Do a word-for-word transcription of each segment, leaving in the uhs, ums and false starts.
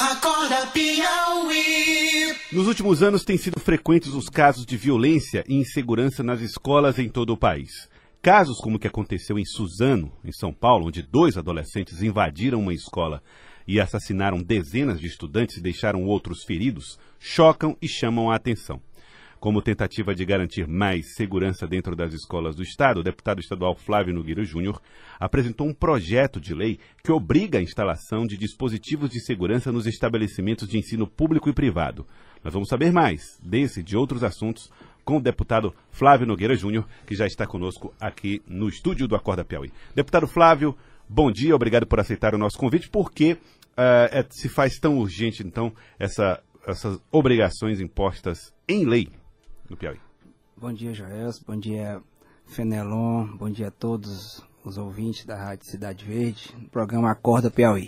Acorda Piauí. Nos últimos anos têm sido frequentes os casos de violência e insegurança nas escolas em todo o país. Casos como o que aconteceu em Suzano, em São Paulo, onde dois adolescentes invadiram uma escola e assassinaram dezenas de estudantes e deixaram outros feridos, chocam e chamam a atenção. Como tentativa de garantir mais segurança dentro das escolas do Estado, o deputado estadual Flávio Nogueira Júnior apresentou um projeto de lei que obriga a instalação de dispositivos de segurança nos estabelecimentos de ensino público e privado. Nós vamos saber mais desse e de outros assuntos com o deputado Flávio Nogueira Júnior, que já está conosco aqui no estúdio do Acorda Piauí. Deputado Flávio, bom dia, obrigado por aceitar o nosso convite. Por que uh, é, se faz tão urgente, então, essa, essas obrigações impostas em lei no Piauí? Bom dia, Joelson, bom dia, Fenelon, bom dia a todos os ouvintes da Rádio Cidade Verde, no programa Acorda Piauí.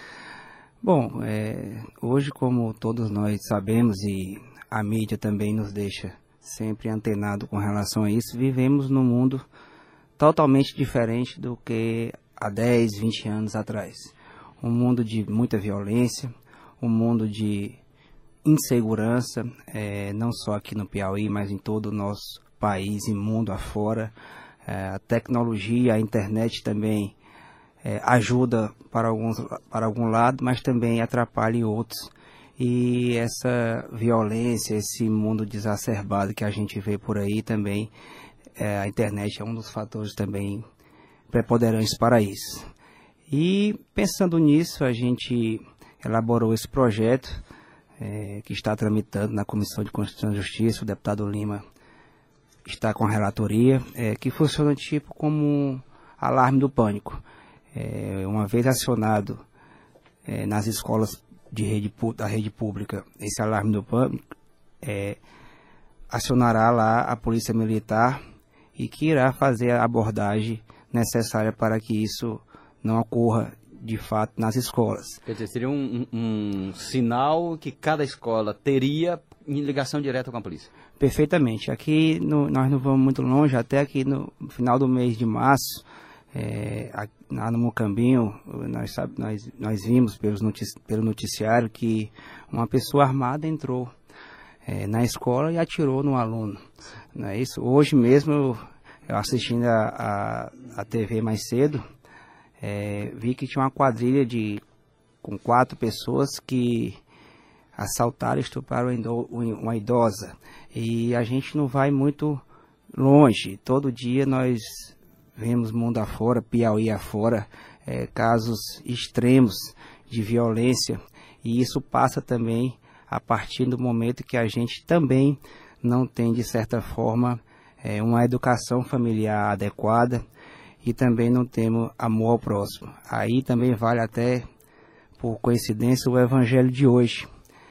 Bom, é, hoje, como todos nós sabemos e a mídia também nos deixa sempre antenado com relação a isso, vivemos num mundo totalmente diferente do que há dez, vinte anos atrás. Um mundo de muita violência, um mundo de insegurança, é, não só aqui no Piauí, mas em todo o nosso país e mundo afora. É, a tecnologia, a internet também é, ajuda para, alguns, para algum lado, mas também atrapalha em outros. E essa violência, esse mundo desacerbado que a gente vê por aí também, é, a internet é um dos fatores também preponderantes para isso. E pensando nisso, a gente elaborou esse projeto é, que está tramitando na Comissão de Constituição e Justiça. O deputado Lima está com a relatoria, é, que funciona tipo como um alarme do pânico. É, uma vez acionado é, nas escolas de rede, da rede pública, esse alarme do pânico, é, acionará lá a Polícia Militar e que irá fazer a abordagem necessária para que isso não ocorra de fato nas escolas. Quer dizer, seria um, um, um sinal que cada escola teria em ligação direta com a polícia? Perfeitamente. Aqui no, nós não vamos muito longe, até aqui no final do mês de março, É, lá no Mocambinho, nós, sabe, nós, nós vimos pelos notici pelo noticiário que uma pessoa armada entrou é, na escola e atirou no aluno. Não é isso? Hoje mesmo, eu, eu assistindo a, a, a T V mais cedo, é, vi que tinha uma quadrilha de, com quatro pessoas que assaltaram e estupraram uma idosa. E a gente não vai muito longe. Todo dia nós vemos mundo afora, Piauí afora, é, casos extremos de violência, e isso passa também a partir do momento que a gente também não tem, de certa forma, é, uma educação familiar adequada e também não temos amor ao próximo. Aí também vale até, por coincidência, o evangelho de hoje,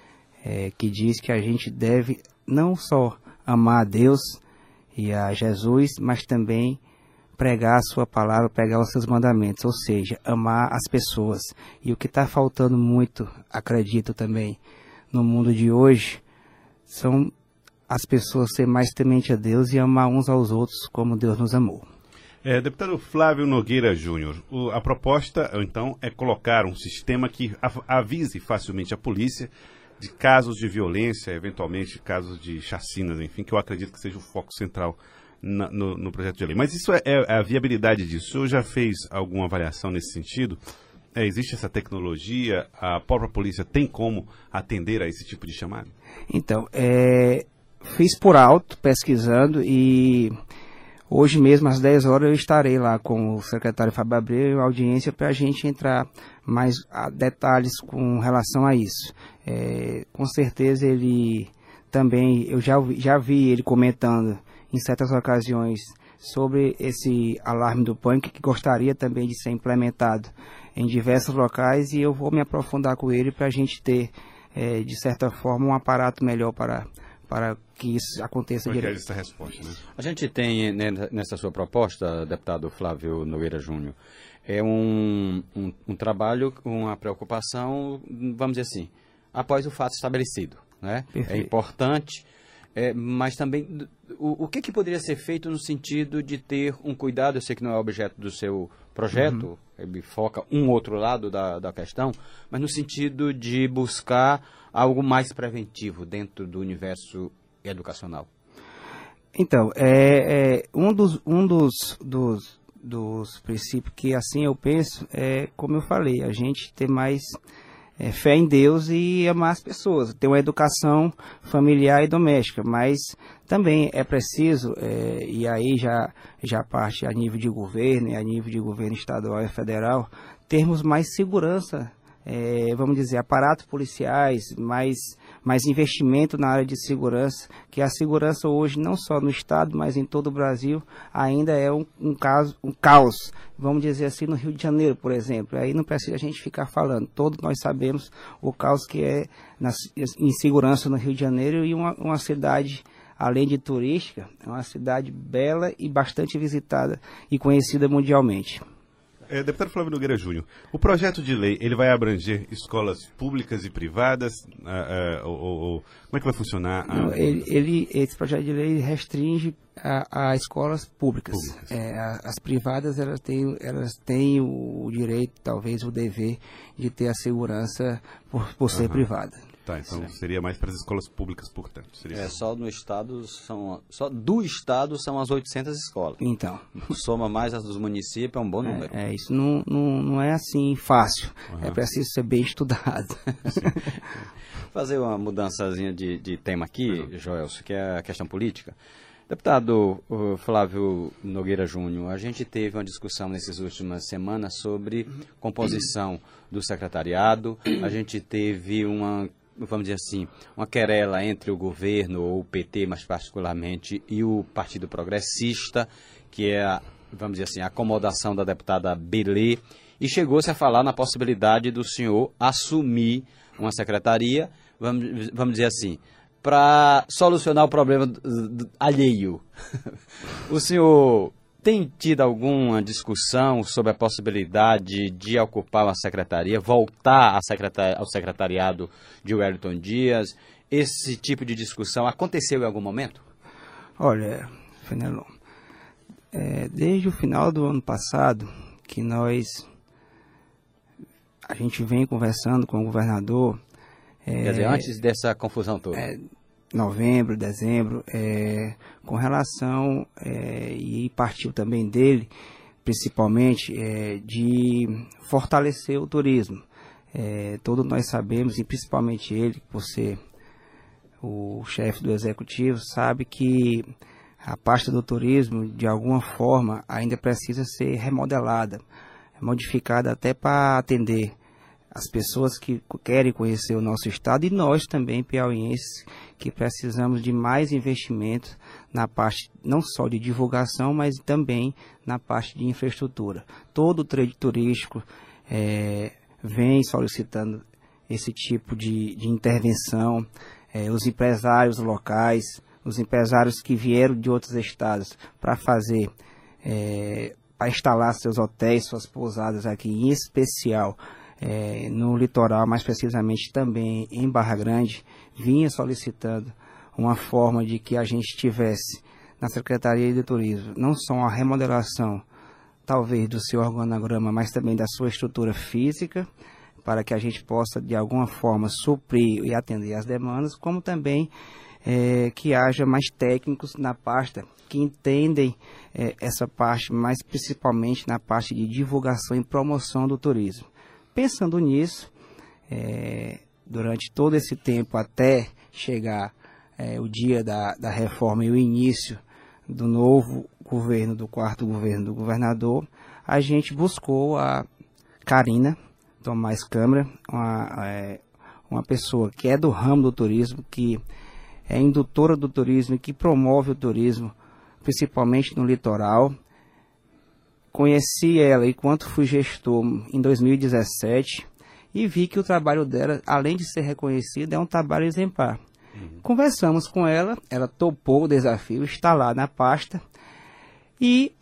é, que diz que a gente deve não só amar a Deus e a Jesus, mas também pregar a sua palavra, pregar os seus mandamentos, ou seja, amar as pessoas. E o que está faltando muito, acredito também, no mundo de hoje, são as pessoas serem mais temente a Deus e amar uns aos outros como Deus nos amou. É, deputado Flávio Nogueira Júnior, o, a proposta, então, é colocar um sistema que avise facilmente a polícia de casos de violência, eventualmente casos de chacinas, enfim, que eu acredito que seja o foco central Na, no, no projeto de lei. Mas isso é, é a viabilidade disso. O senhor já fez alguma avaliação nesse sentido? É, existe essa tecnologia? A própria polícia tem como atender a esse tipo de chamado? Então, é, fiz por alto, pesquisando, e hoje mesmo às dez horas eu estarei lá com o secretário Fábio Abreu em audiência para a gente entrar mais a detalhes com relação a isso. É, com certeza ele também, eu já, já vi ele comentando em certas ocasiões sobre esse alarme do pânico, que gostaria também de ser implementado em diversos locais, e eu vou me aprofundar com ele para a gente ter, é, de certa forma, um aparato melhor para, para que isso aconteça direto. Essa resposta, né? A gente tem, né, nessa sua proposta, deputado Flávio Nogueira Júnior, é um, um, um trabalho, uma preocupação, vamos dizer assim, após o fato estabelecido, né? É importante É, mas também, o, o que, que poderia ser feito no sentido de ter um cuidado, eu sei que não é objeto do seu projeto, uhum. ele foca um outro lado da, da questão, mas no sentido de buscar algo mais preventivo dentro do universo educacional? Então, é, é um, dos, um dos, dos, dos princípios que assim eu penso é, como eu falei, a gente ter mais é, fé em Deus e amar as pessoas, ter uma educação familiar e doméstica, mas também é preciso, é, e aí já, já parte a nível de governo, e a nível de governo estadual e federal, termos mais segurança, é, vamos dizer, aparatos policiais, mais, mais investimento na área de segurança, que a segurança hoje, não só no estado, mas em todo o Brasil, ainda é um, um, caso, um caos, vamos dizer assim, no Rio de Janeiro, por exemplo. Aí não precisa a gente ficar falando, todos nós sabemos o caos que é na insegurança no Rio de Janeiro, e uma, uma cidade, além de turística, é uma cidade bela e bastante visitada e conhecida mundialmente. É, deputado Flávio Nogueira Júnior, o projeto de lei, ele vai abranger escolas públicas e privadas? Ah, ah, ou, ou, como é que vai funcionar? Não, ele, ele, esse projeto de lei restringe a, a escolas públicas. públicas. É, a, as privadas, elas têm, elas têm o direito, talvez o dever, de ter a segurança por, por ser uhum. privada. Tá, então Sim. seria mais para as escolas públicas, portanto. Seria é, só no estado são, só do estado são as oitocentas escolas. Então. Soma mais as dos municípios, é um bom número. É, é isso não, não, não é assim fácil, uhum. é preciso ser bem estudado. Fazer uma mudançazinha de, de tema aqui, uhum. Joelson, que é a questão política. Deputado uh, Flávio Nogueira Júnior, a gente teve uma discussão nessas últimas semanas sobre composição do secretariado, a gente teve uma, vamos dizer assim, uma querela entre o governo, ou o P T mais particularmente, e o Partido Progressista, que é, a, vamos dizer assim, a acomodação da deputada Belê, e chegou-se a falar na possibilidade do senhor assumir uma secretaria, vamos, vamos dizer assim, para solucionar o problema do, do, alheio. O senhor tem tido alguma discussão sobre a possibilidade de ocupar uma secretaria, voltar a secretari- ao secretariado de Wellington Dias? Esse tipo de discussão aconteceu em algum momento? Olha, Fenelon, é, desde o final do ano passado, que nós, a gente vem conversando com o governador. É, Quer dizer, antes dessa confusão toda. É, novembro, dezembro, é, com relação, é, e partiu também dele, principalmente, é, de fortalecer o turismo. É, todos nós sabemos, e principalmente ele, por ser o chefe do executivo, sabe que a pasta do turismo, de alguma forma, ainda precisa ser remodelada, modificada até para atender as pessoas que querem conhecer o nosso estado, e nós também, piauienses, que precisamos de mais investimento na parte não só de divulgação, mas também na parte de infraestrutura. Todo o trade turístico é, vem solicitando esse tipo de, de intervenção, é, os empresários locais, os empresários que vieram de outros estados para fazer, é, para instalar seus hotéis, suas pousadas aqui, em especial É, no litoral, mais precisamente também em Barra Grande, vinha solicitando uma forma de que a gente tivesse na Secretaria de Turismo não só a remodelação, talvez, do seu organograma, mas também da sua estrutura física, para que a gente possa, de alguma forma, suprir e atender às demandas, como também é, que haja mais técnicos na pasta que entendem é, essa parte, mas principalmente na parte de divulgação e promoção do turismo. Pensando nisso, é, durante todo esse tempo até chegar é, o dia da, da reforma e o início do novo governo, do quarto governo do governador, a gente buscou a Karina Tomás Câmara, uma, é, uma pessoa que é do ramo do turismo, que é indutora do turismo e que promove o turismo, principalmente no litoral. Conheci ela enquanto fui gestor em dois mil e dezessete e vi que o trabalho dela, além de ser reconhecido, é um trabalho exemplar. Uhum. Conversamos com ela, ela topou o desafio, está lá na pasta, e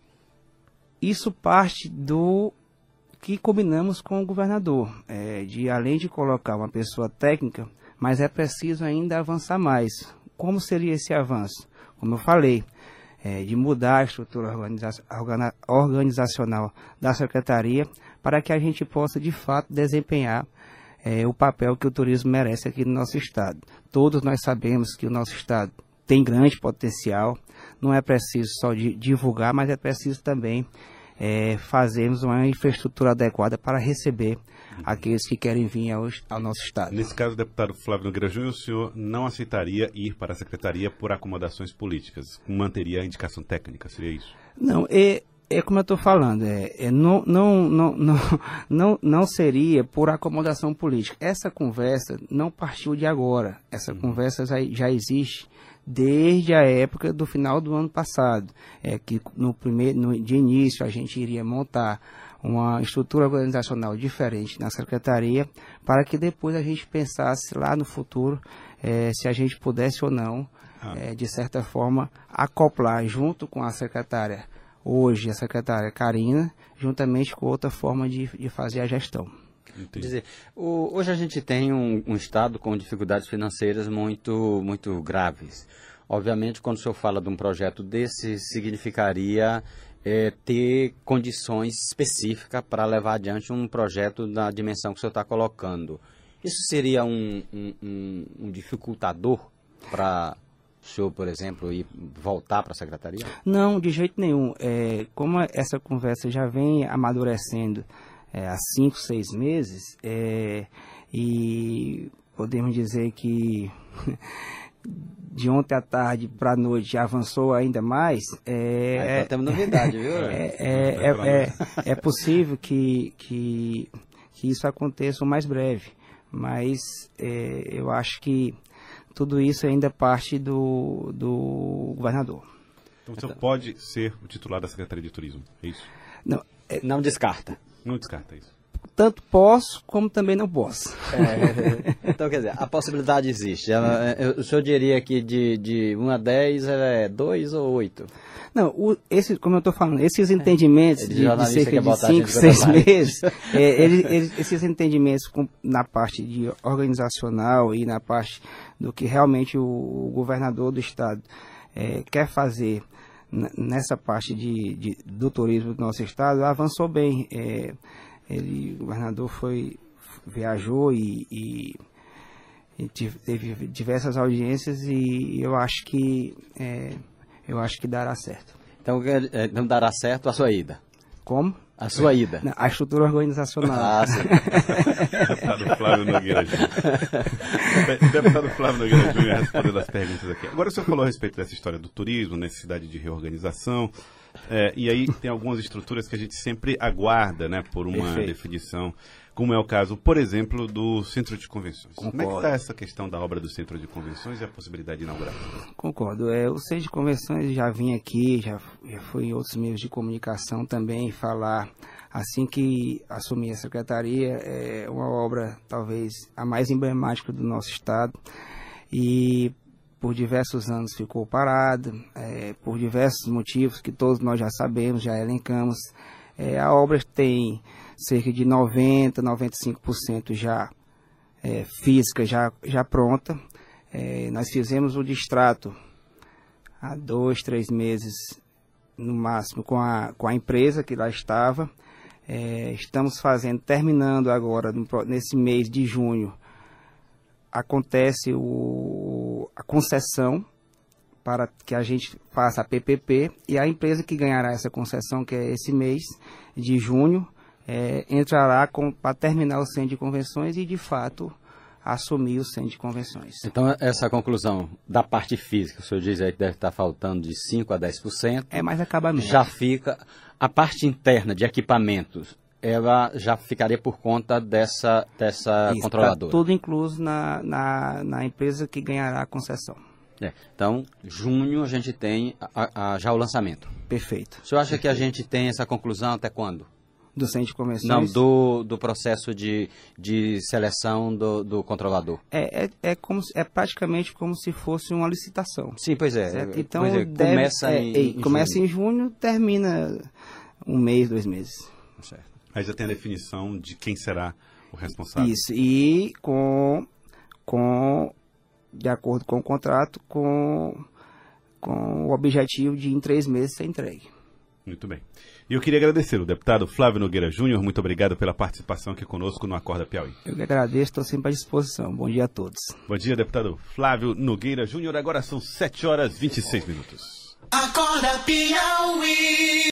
isso parte do que combinamos com o governador, é, de além de colocar uma pessoa técnica, mas é preciso ainda avançar mais. como seria esse avanço? Como eu falei, é, de mudar a estrutura organiza organizacional da Secretaria para que a gente possa, de fato, desempenhar é, o papel que o turismo merece aqui no nosso Estado. Todos nós sabemos que o nosso Estado tem grande potencial, não é preciso só de divulgar, mas é preciso também é, fazermos uma infraestrutura adequada para receber aqueles que querem vir ao, ao nosso Estado. Nesse caso, deputado Flávio Nogueira Júnior, o senhor não aceitaria ir para a Secretaria por acomodações políticas, manteria a indicação técnica, seria isso? Não, é, é como eu estou falando, é, é, não, não, não, não, não, não seria por acomodação política. Essa conversa não partiu de agora, essa uhum. conversa já, já existe desde a época do final do ano passado, é que no primeiro, no, de início a gente iria montar uma estrutura organizacional diferente na Secretaria, para que depois a gente pensasse lá no futuro é, se a gente pudesse ou não, ah. é, de certa forma, acoplar junto com a secretária, hoje a secretária Karina, juntamente com outra forma de, de fazer a gestão. Quer dizer, o, hoje a gente tem um, um Estado com dificuldades financeiras muito, muito graves. Obviamente, quando o senhor fala de um projeto desse, significaria é, ter condições específicas para levar adiante um projeto da dimensão que o senhor está colocando. Isso seria um, um, um, um dificultador para o senhor, por exemplo, ir voltar para a Secretaria? Não, de jeito nenhum. É, como essa conversa já vem amadurecendo É, há cinco, seis meses, é, e podemos dizer que de ontem à tarde para a noite já avançou ainda mais. É, Aí tá tendo novidade, viu? É, é, é, é, é possível que, que, que isso aconteça o mais breve, mas é, eu acho que tudo isso ainda parte do, do governador. Então o senhor pode ser o titular da Secretaria de Turismo, é isso? Não, é, não descarta. Não descarta isso. Tanto posso, como também não posso. É, então, quer dizer, a possibilidade existe. O senhor diria que de, de um a dez é dois ou oito? Não, o, esse, como eu estou falando, esses entendimentos é, de, de, de cerca de cinco, seis meses, é, ele, ele, esses entendimentos com, na parte de organizacional e na parte do que realmente o, o governador do Estado é, quer fazer nessa parte de, de, do turismo do nosso estado, avançou bem. É, ele, o governador foi, viajou e, e, e teve diversas audiências e eu acho que é, eu acho que dará certo. Então não dará certo a sua ida? Como? A sua ida? Não, a estrutura organizacional. Ah, sim. Deputado Flávio Nogueira Júnior. Deputado Flávio Nogueira Júnior respondendo as perguntas aqui. Agora o senhor falou a respeito dessa história do turismo, necessidade de reorganização, é, e aí tem algumas estruturas que a gente sempre aguarda, né, por uma Perfeito. definição, como é o caso, por exemplo, do Centro de Convenções. Concordo. Como é que está essa questão da obra do Centro de Convenções e a possibilidade de inaugurar? Concordo. É, o Centro de Convenções já vinha aqui, já, já foi em outros meios de comunicação também falar, assim que assumi a secretaria, é uma obra talvez a mais emblemática do nosso estado e por diversos anos ficou parada, é, por diversos motivos que todos nós já sabemos, já elencamos. É, a obra tem cerca de noventa, noventa e cinco por cento já é, física, já, já pronta. É, nós fizemos o distrato há dois, três meses no máximo com a, com a empresa que lá estava. É, estamos fazendo, terminando agora, no, nesse mês de junho, acontece o, a concessão para que a gente faça a P P P e a empresa que ganhará essa concessão, que é esse mês de junho, é, entrará para terminar o centro de convenções e, de fato, assumir o centro de convenções. Então, essa conclusão da parte física, o senhor diz aí que deve estar faltando de cinco a dez por cento. É mais acabamento. Já fica. A parte interna de equipamentos, ela já ficaria por conta dessa, dessa Isso, controladora. Tá tudo incluso na, na, na empresa que ganhará a concessão. É, então, junho a gente tem a, a, já o lançamento. Perfeito. O senhor acha Perfeito. que a gente tem essa conclusão até quando? Do centro de convenções? Não, do, do processo de, de seleção do, do controlador. É, é, é, como, é praticamente como se fosse uma licitação. Sim, pois é. Certo? Então, pois é, deve, começa, é, em, em começa junho. em junho, termina um mês, dois meses. Certo. Aí já tem a definição de quem será o responsável. Isso, e com, com de acordo com o contrato, com, com o objetivo de em três meses ser entregue. Muito bem. E eu queria agradecer o deputado Flávio Nogueira Júnior. Muito obrigado pela participação aqui conosco no Acorda Piauí. Eu que agradeço, estou sempre à disposição. Bom dia a todos. Bom dia, deputado Flávio Nogueira Júnior. Agora são sete horas e vinte e seis minutos. Acorda Piauí.